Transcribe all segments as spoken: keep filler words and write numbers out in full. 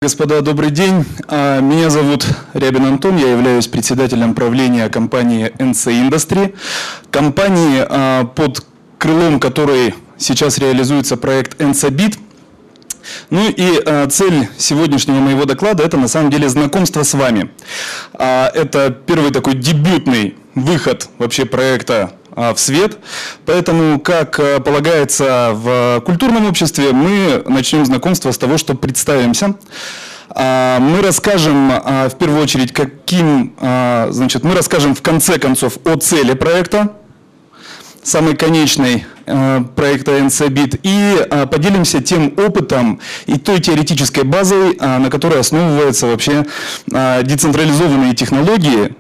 Господа, добрый день. Меня зовут Рябин Антон, я являюсь председателем правления компании эн си Industry, компании, под крылом которой сейчас реализуется проект EnsaBit. Ну и цель сегодняшнего моего доклада – это на самом деле знакомство с вами. Это первый такой дебютный выход вообще проекта в свет, поэтому, как полагается в культурном обществе, мы начнем знакомство с того, что представимся. Мы расскажем в первую очередь, каким, значит, мы расскажем в конце концов о цели проекта, самой конечной проекта EnsaBit, и поделимся тем опытом и той теоретической базой, на которой основываются вообще децентрализованные технологии.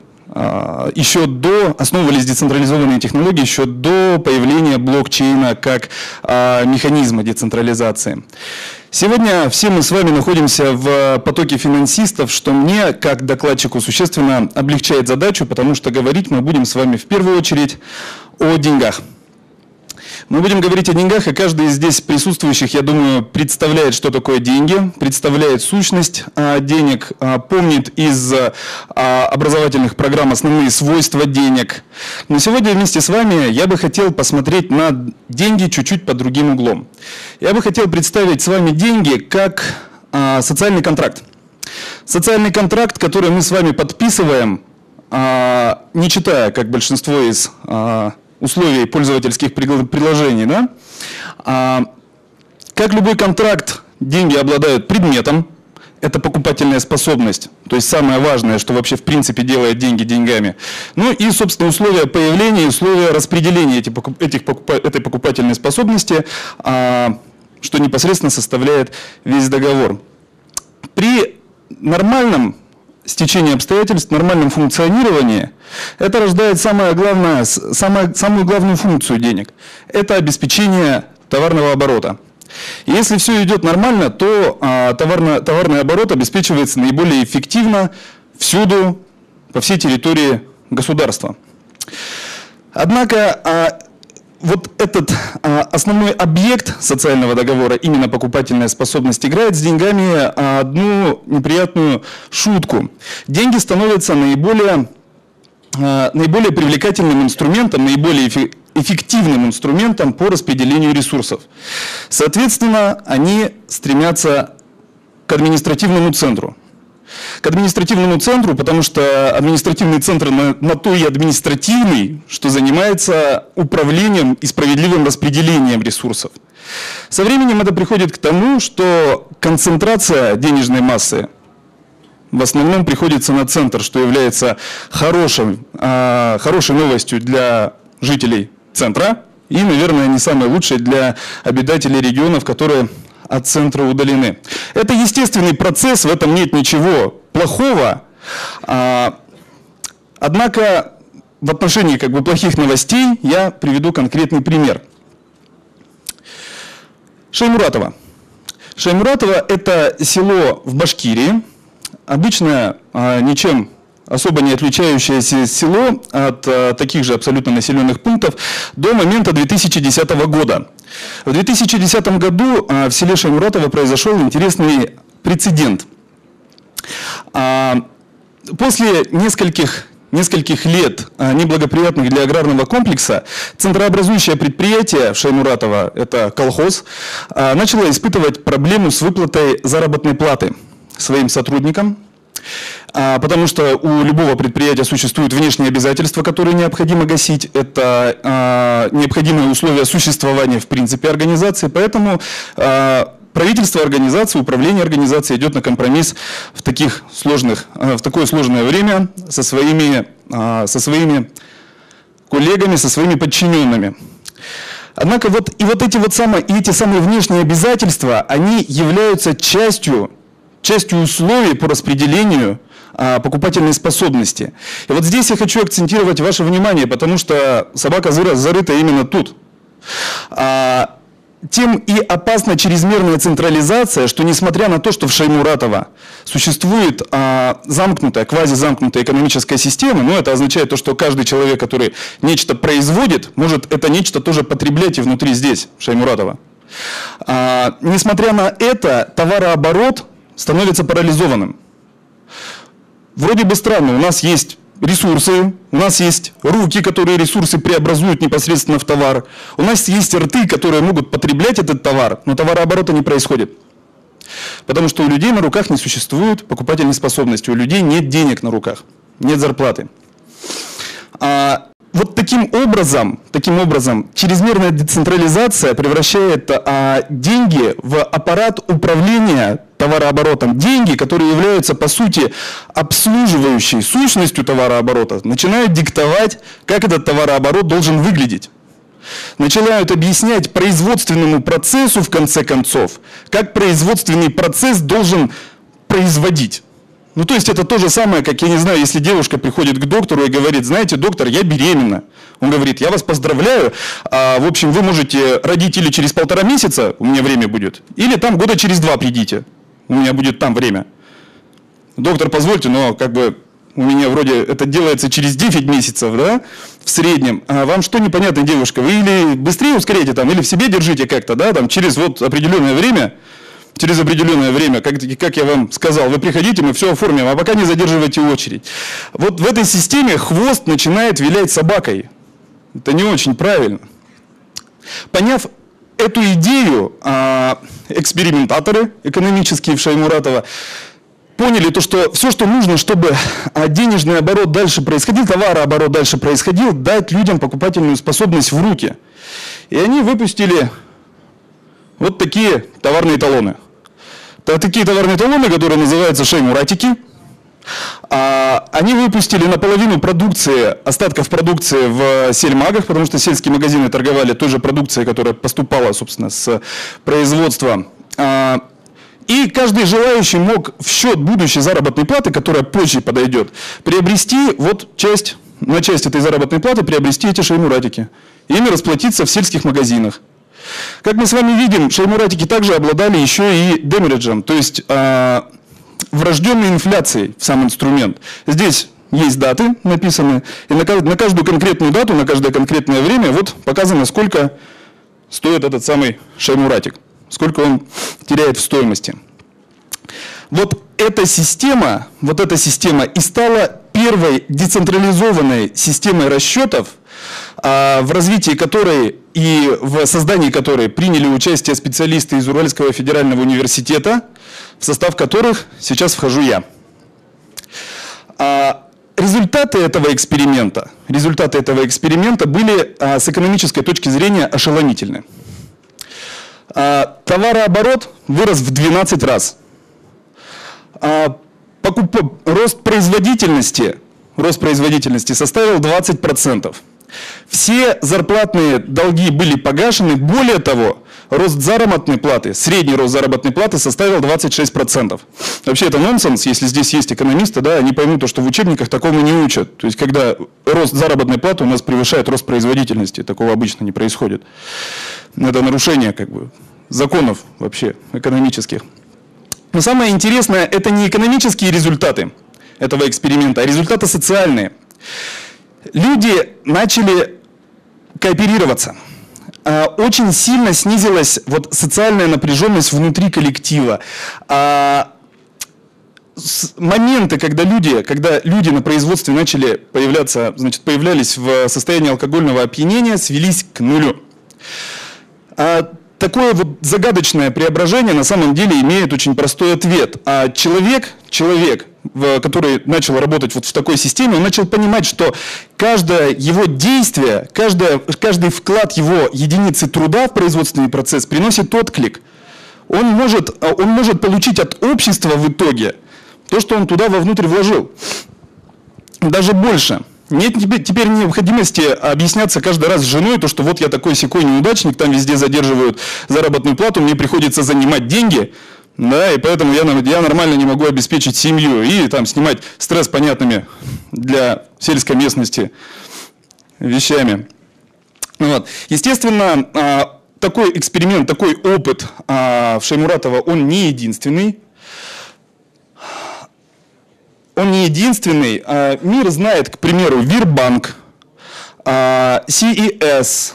Еще до, основывались децентрализованные технологии еще до появления блокчейна как механизма децентрализации. Сегодня все мы с вами находимся в потоке финансистов, что мне, как докладчику, существенно облегчает задачу, потому что говорить мы будем с вами в первую очередь о деньгах. Мы будем говорить о деньгах, и каждый из здесь присутствующих, я думаю, представляет, что такое деньги, представляет сущность денег, помнит из образовательных программ основные свойства денег. Но сегодня вместе с вами я бы хотел посмотреть на деньги чуть-чуть под другим углом. Я бы хотел представить с вами деньги как социальный контракт. Социальный контракт, который мы с вами подписываем, не читая, как большинство из условий пользовательских приложений. Да? А, как любой контракт, деньги обладают предметом, это покупательная способность, то есть самое важное, что вообще в принципе делает деньги деньгами. Ну и, собственно, условия появления, условия распределения этих, этих покуп, этой покупательной способности, а, что непосредственно составляет весь договор. При нормальном стечение обстоятельств, нормальном функционировании, это рождает самое главное, самое, самую главную функцию денег. Это обеспечение товарного оборота. И если все идет нормально, то а, товарно, товарный оборот обеспечивается наиболее эффективно всюду, по всей территории государства. Однако а, вот этот а, основной объект социального договора, именно покупательная способность, играет с деньгами а, одну неприятную шутку. Деньги становятся наиболее, а, наиболее привлекательным инструментом, наиболее эффективным инструментом по распределению ресурсов. Соответственно, они стремятся к административному центру. К административному центру, потому что административный центр на, на то и административный, что занимается управлением и справедливым распределением ресурсов. Со временем это приходит к тому, что концентрация денежной массы в основном приходится на центр, что является хорошим, э, хорошей новостью для жителей центра и, наверное, не самой лучшей для обитателей регионов, которые от центра удалены. Это естественный процесс, в этом нет ничего плохого. Однако в отношении как бы плохих новостей я приведу конкретный пример. Шаймуратово. Шаймуратово – это село в Башкирии, обычно ничем особо не отличающееся село от а, таких же абсолютно населенных пунктов до момента две тысячи десятого года. В две тысячи десятом году а, в селе Шаймуратово произошел интересный прецедент. А, после нескольких, нескольких лет а, неблагоприятных для аграрного комплекса, центрообразующее предприятие в Шаймуратово, это колхоз, а, начало испытывать проблему с выплатой заработной платы своим сотрудникам. Потому что у любого предприятия существуют внешние обязательства, которые необходимо гасить. Это а, необходимые условия существования в принципе организации. Поэтому а, правительство организации, управление организацией идет на компромисс в, таких сложных, в такое сложное время со своими, а, со своими коллегами, со своими подчиненными. Однако вот, и вот эти, вот самые, и эти самые внешние обязательства, они являются частью, частью условий по распределению покупательной способности. И вот здесь я хочу акцентировать ваше внимание, потому что собака зарыта именно тут. А, тем и опасна чрезмерная централизация, что несмотря на то, что в Шаймуратово существует а, замкнутая, квазизамкнутая экономическая система, но это означает то, что каждый человек, который нечто производит, может это нечто тоже потреблять и внутри здесь, в Шаймуратово. А, несмотря на это, товарооборот становится парализованным. Вроде бы странно, у нас есть ресурсы, у нас есть руки, которые ресурсы преобразуют непосредственно в товар, у нас есть рты, которые могут потреблять этот товар, но товарооборота не происходит. Потому что у людей на руках не существует покупательной способности, у людей нет денег на руках, нет зарплаты. А вот таким образом, таким образом, чрезмерная децентрализация превращает а, деньги в аппарат управления товарооборотом. Деньги, которые являются, по сути, обслуживающей сущностью товарооборота, начинают диктовать, как этот товарооборот должен выглядеть. Начинают объяснять производственному процессу, в конце концов, как производственный процесс должен производить. Ну, то есть это то же самое, как, я не знаю, если девушка приходит к доктору и говорит: знаете, доктор, я беременна. Он говорит: я вас поздравляю, а, в общем, вы можете родить или через полтора месяца, у меня время будет, или там года через два придите, у меня будет там время. Доктор, позвольте, но как бы у меня вроде это делается через десять месяцев, да, в среднем. А вам что непонятно, девушка, вы или быстрее ускорите там, или в себе держите как-то, да, там, через вот определенное время, через определенное время, как, как я вам сказал, вы приходите, мы все оформим, а пока не задерживайте очередь. Вот в этой системе хвост начинает вилять собакой. Это не очень правильно. Поняв эту идею, экспериментаторы экономические в Шаймуратова поняли то, что все, что нужно, чтобы денежный оборот дальше происходил, товарооборот дальше происходил, дать людям покупательную способность в руки. И они выпустили вот такие товарные талоны. Это такие товарные талоны, которые называются шаймуратики. Они выпустили наполовину продукции, остатков продукции в сельмагах, потому что сельские магазины торговали той же продукцией, которая поступала, собственно, с производства. И каждый желающий мог в счет будущей заработной платы, которая позже подойдет, приобрести вот часть, на часть этой заработной платы приобрести эти шаймуратики. И ими расплатиться в сельских магазинах. Как мы с вами видим, шаймуратики также обладали еще и демериджем, то есть э, врожденной инфляцией в сам инструмент. Здесь есть даты написаны, и на, на каждую конкретную дату, на каждое конкретное время вот показано, сколько стоит этот самый шаймуратик, сколько он теряет в стоимости. Вот эта система, вот эта система и стала первой децентрализованной системой расчетов, в развитии которой и в создании которой приняли участие специалисты из Уральского федерального университета, в состав которых сейчас вхожу я. Результаты этого эксперимента, результаты этого эксперимента были с экономической точки зрения ошеломительны. Товарооборот вырос в двенадцать раз. Покуп... Рост производительности, рост производительности составил двадцать процентов. Все зарплатные долги были погашены. Более того, рост заработной платы, средний рост заработной платы составил двадцать шесть процентов. Вообще это нонсенс, если здесь есть экономисты, да, они поймут, то, что в учебниках такому не учат. То есть когда рост заработной платы у нас превышает рост производительности, такого обычно не происходит. Это нарушение как бы законов вообще экономических. Но самое интересное, это не экономические результаты этого эксперимента, а результаты социальные. Люди начали кооперироваться. Очень сильно снизилась вот социальная напряженность внутри коллектива. Моменты, когда люди, когда люди на производстве начали появляться, значит, появлялись в состоянии алкогольного опьянения, свелись к нулю. Такое вот загадочное преображение на самом деле имеет очень простой ответ. А человек, человек, который начал работать вот в такой системе, он начал понимать, что каждое его действие, каждое, каждый вклад его единицы труда в производственный процесс приносит отклик. Он может, он может получить от общества в итоге то, что он туда вовнутрь вложил. Даже больше. Нет теперь необходимости объясняться каждый раз с женой, то, что вот я такой-сякой неудачник, там везде задерживают заработную плату, мне приходится занимать деньги, да, и поэтому я, я нормально не могу обеспечить семью и там снимать стресс понятными для сельской местности вещами. Вот. Естественно, такой эксперимент, такой опыт в Шаймуратова, он не единственный. Он не единственный. Мир знает, к примеру, Вирбанк, си и эс,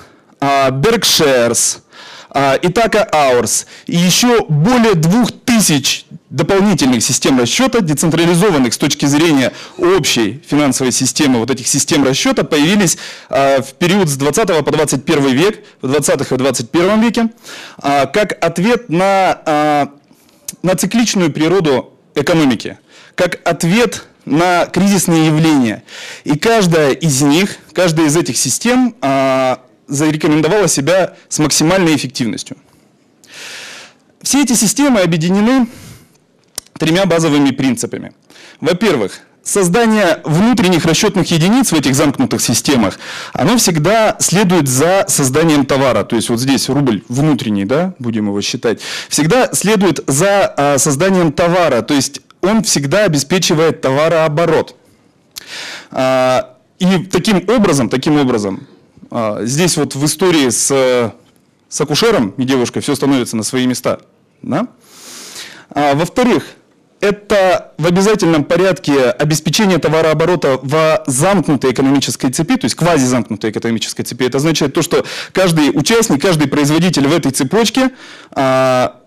Berkshires, Ithaca Hours и еще более двух тысяч дополнительных систем расчета, децентрализованных с точки зрения общей финансовой системы, вот этих систем расчета, появились а, в период с двадцатого по двадцать первый век, в двадцатом и двадцать первом веке, а, как ответ на, а, на цикличную природу экономики, как ответ на кризисные явления. И каждая из них, каждая из этих систем а, зарекомендовала себя с максимальной эффективностью. Все эти системы объединены тремя базовыми принципами. Во-первых, создание внутренних расчетных единиц в этих замкнутых системах, оно всегда следует за созданием товара. То есть вот здесь рубль внутренний, да, будем его считать, всегда следует за а, созданием товара. То есть он всегда обеспечивает товарооборот. А, и таким образом, таким образом, а, здесь вот в истории с, с акушером и девушкой все становится на свои места. Да? А, во-вторых, это в обязательном порядке обеспечение товарооборота в замкнутой экономической цепи, то есть квазизамкнутой экономической цепи. Это означает то, что каждый участник, каждый производитель в этой цепочке а,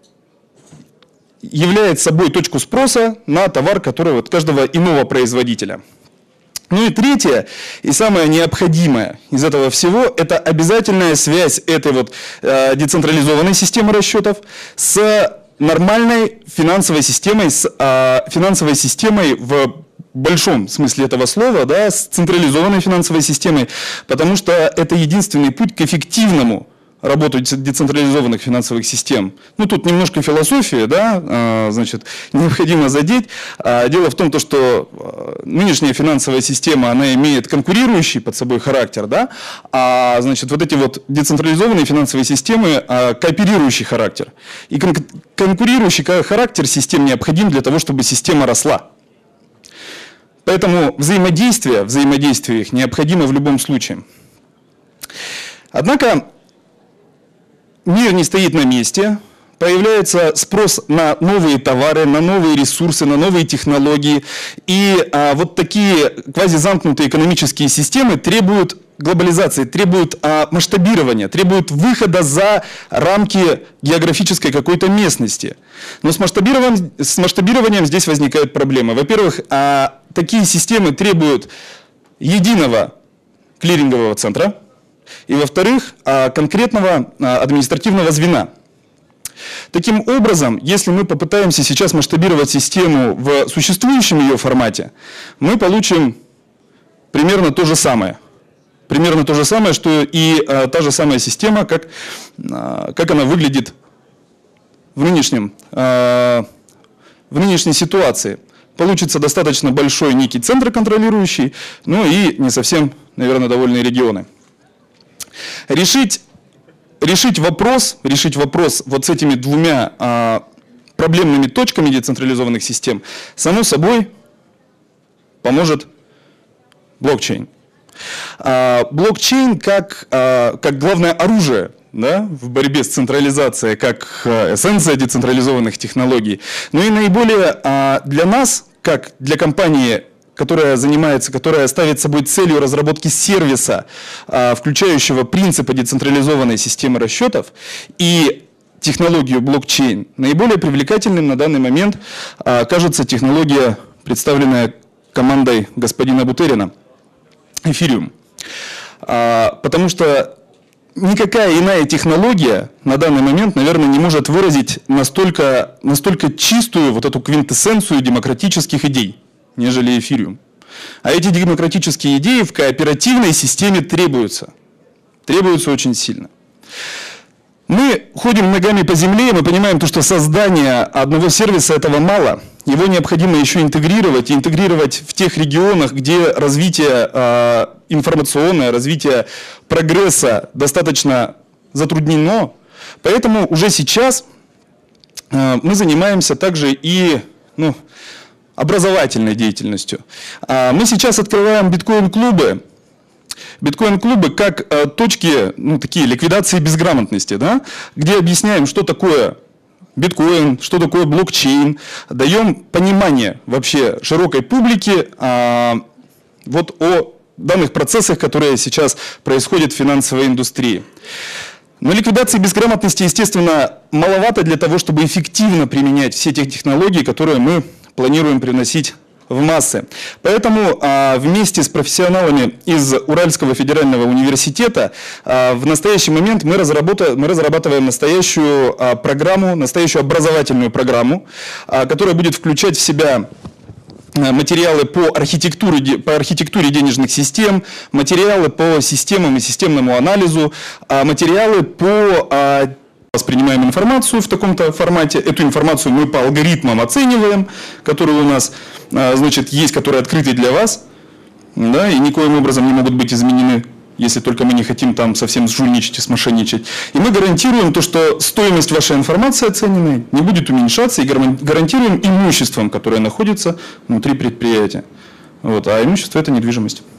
является собой точку спроса на товар, который вот каждого иного производителя. Ну и третье, и самое необходимое из этого всего, это обязательная связь этой вот э, децентрализованной системы расчетов с нормальной финансовой системой, с а, финансовой системой в большом смысле этого слова, да, с централизованной финансовой системой, потому что это единственный путь к эффективному работу децентрализованных финансовых систем. Ну, тут немножко философии, да, а, значит, необходимо задеть. А, дело в том, то, что а, нынешняя финансовая система, она имеет конкурирующий под собой характер, да, а, значит, вот эти вот децентрализованные финансовые системы, а, кооперирующий характер. И кон конкурирующий характер систем необходим для того, чтобы система росла. Поэтому взаимодействие, взаимодействие их необходимо в любом случае. Однако мир не стоит на месте, появляется спрос на новые товары, на новые ресурсы, на новые технологии. И а, вот такие квазизамкнутые экономические системы требуют глобализации, требуют а, масштабирования, требуют выхода за рамки географической какой-то местности. Но с масштабированием, с масштабированием здесь возникают проблемы. Во-первых, а, такие системы требуют единого клирингового центра. И, во-вторых, конкретного административного звена. Таким образом, если мы попытаемся сейчас масштабировать систему в существующем ее формате, мы получим примерно то же самое. Примерно то же самое, что и та же самая система, как, как она выглядит в, нынешнем, в нынешней ситуации. Получится достаточно большой некий центр контролирующий, ну и не совсем, наверное, довольные регионы. Решить, решить, вопрос, решить вопрос вот с этими двумя а, проблемными точками децентрализованных систем, само собой, поможет блокчейн. А, блокчейн как, а, как главное оружие, да, в борьбе с централизацией, как а, эссенция децентрализованных технологий. Но и наиболее а, для нас, как для компании, которая занимается, которая ставит собой целью разработки сервиса, включающего принципы децентрализованной системы расчетов и технологию блокчейн, наиболее привлекательным на данный момент кажется технология, представленная командой господина Бутерина, Эфириум. Потому что никакая иная технология на данный момент, наверное, не может выразить настолько, настолько чистую вот эту квинтэссенцию демократических идей, нежели Эфириум. А эти демократические идеи в кооперативной системе требуются. Требуются очень сильно. Мы ходим ногами по земле, и мы понимаем, что создание одного сервиса этого мало. Его необходимо еще интегрировать, и интегрировать в тех регионах, где развитие э, информационное, развитие прогресса достаточно затруднено. Поэтому уже сейчас э, мы занимаемся также и ну, образовательной деятельностью. Мы сейчас открываем биткоин-клубы. Биткоин-клубы как э, точки, ну, такие ликвидации безграмотности, да, где объясняем, что такое биткоин, что такое блокчейн, даем понимание вообще широкой публике э, вот о данных процессах, которые сейчас происходят в финансовой индустрии. Но ликвидации безграмотности, естественно, маловато для того, чтобы эффективно применять все те технологии, которые мы планируем привносить в массы. Поэтому а, вместе с профессионалами из Уральского федерального университета а, в настоящий момент мы, разработаем, мы разрабатываем настоящую а, программу, настоящую образовательную программу, а, которая будет включать в себя материалы по архитектуре, по архитектуре денежных систем, материалы по системам и системному анализу, материалы по воспринимаем информацию в таком-то формате. Эту информацию мы по алгоритмам оцениваем, которые у нас, значит, есть, которые открыты для вас, да, и никоим образом не могут быть изменены, если только мы не хотим там совсем сжульничать и смошенничать. И мы гарантируем то, что стоимость вашей информации оцененной не будет уменьшаться, и гарантируем имуществом, которое находится внутри предприятия. Вот, а имущество – это недвижимость.